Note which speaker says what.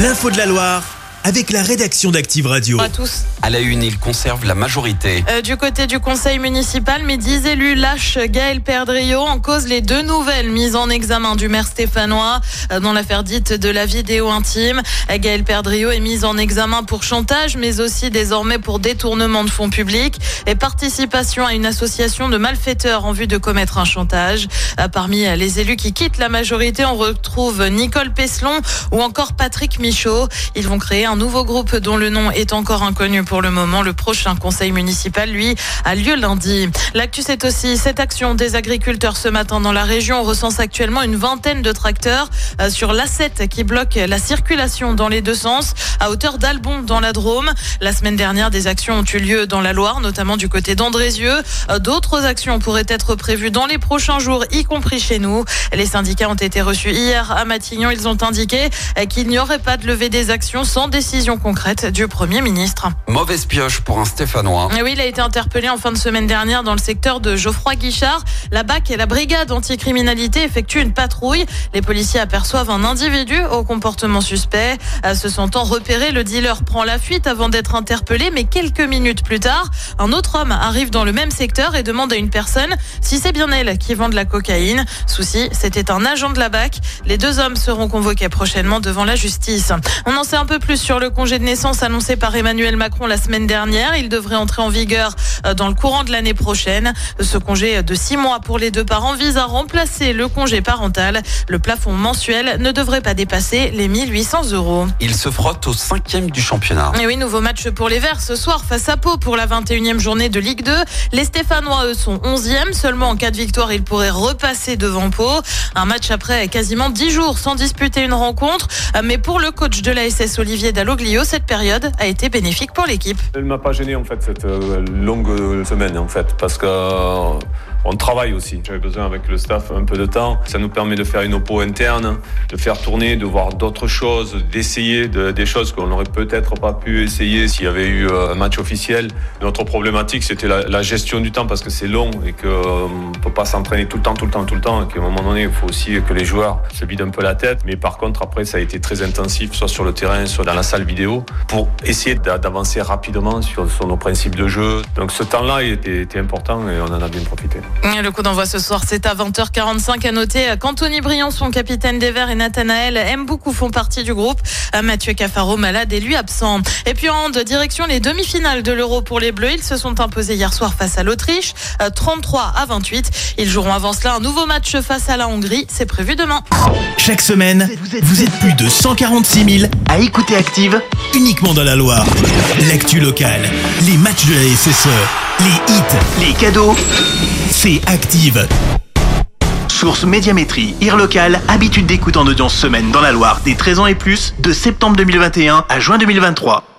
Speaker 1: L'info de la Loire avec la rédaction d'Active Radio.
Speaker 2: Bonjour à tous.
Speaker 3: À la une, il conserve la majorité.
Speaker 2: Du côté du conseil municipal, mais 10 élus lâchent Gaël Perdriau en cause les 2 nouvelles mises en examen du maire stéphanois dans l'affaire dite de la vidéo intime. Gaël Perdriau est mise en examen pour chantage, mais aussi désormais pour détournement de fonds publics et participation à une association de malfaiteurs en vue de commettre un chantage. Parmi les élus qui quittent la majorité, on retrouve Nicole Peslon ou encore Patrick Michaud. Ils vont créer un nouveau groupe dont le nom est encore inconnu pour le moment. Le prochain conseil municipal, lui, a lieu lundi. L'actu, c'est aussi cette action des agriculteurs ce matin dans la région. On recense actuellement une vingtaine de tracteurs sur l'A7 qui bloquent la circulation dans les deux sens à hauteur d'Albon dans la Drôme. La semaine dernière, des actions ont eu lieu dans la Loire, notamment du côté d'Andrézieux. D'autres actions pourraient être prévues dans les prochains jours, y compris chez nous. Les syndicats ont été reçus hier à Matignon. Ils ont indiqué qu'il n'y aurait pas de levée des actions sans décision concrète du Premier ministre.
Speaker 3: Mauvaise pioche pour un Stéphanois.
Speaker 2: Et oui, il a été interpellé en fin de semaine dernière dans le secteur de Geoffroy-Guichard. La BAC et la brigade anticriminalité effectuent une patrouille. Les policiers aperçoivent un individu au comportement suspect. Se sentant repéré, le dealer prend la fuite avant d'être interpellé. Mais quelques minutes plus tard, un autre homme arrive dans le même secteur et demande à une personne si c'est bien elle qui vend de la cocaïne. Souci, c'était un agent de la BAC. Les 2 hommes seront convoqués prochainement devant la justice. On en sait un peu plus sur le congé de naissance annoncé par Emmanuel Macron la semaine dernière. Il devrait entrer en vigueur dans le courant de l'année prochaine. Ce congé de 6 mois pour les 2 parents vise à remplacer le congé parental. Le plafond mensuel ne devrait pas dépasser les 1 800 €.
Speaker 3: Il se frotte au 5e du championnat.
Speaker 2: Et oui, nouveau match pour les Verts ce soir face à Pau pour la 21e journée de Ligue 2. Les Stéphanois, eux, sont 11e. Seulement en cas de victoire, ils pourraient repasser devant Pau. Un match après quasiment 10 jours sans disputer une rencontre. Mais pour le coach de la SS, Olivier Dalloglio, cette période a été bénéfique pour l'équipe.
Speaker 4: Elle m'a pas gêné en fait cette longue semaine en fait parce que on travaille aussi. J'avais besoin avec le staff un peu de temps. Ça nous permet de faire une oppo interne, de faire tourner, de voir d'autres choses, d'essayer des choses qu'on n'aurait peut-être pas pu essayer s'il y avait eu un match officiel. Notre problématique, c'était la gestion du temps parce que c'est long et qu'on ne peut pas s'entraîner tout le temps. Et qu'à un moment donné, il faut aussi que les joueurs se vident un peu la tête. Mais par contre, après, ça a été très intensif, soit sur le terrain, soit dans la salle vidéo, pour essayer d'avancer rapidement sur nos principes de jeu. Donc ce temps-là était important et on en a bien profité.
Speaker 2: Le coup d'envoi ce soir, c'est à 20h45. À noter qu'Anthony Briançon, capitaine des Verts, et Nathanaël Mboukou font partie du groupe. Mathieu Cafaro, malade, est lui absent. Et puis en hand, direction les demi-finales de l'Euro pour les Bleus. Ils se sont imposés hier soir face à l'Autriche, 33-28. Ils joueront avant cela un nouveau match face à la Hongrie. C'est prévu demain.
Speaker 1: Chaque semaine, vous êtes plus de 146 000 à écouter Active uniquement dans la Loire. L'actu locale, les matchs de la SSE, les hits, les cadeaux, c'est Active. Source Médiamétrie, IR local, habitude d'écoute en audience semaine dans la Loire des 13 ans et plus, de septembre 2021 à juin 2023.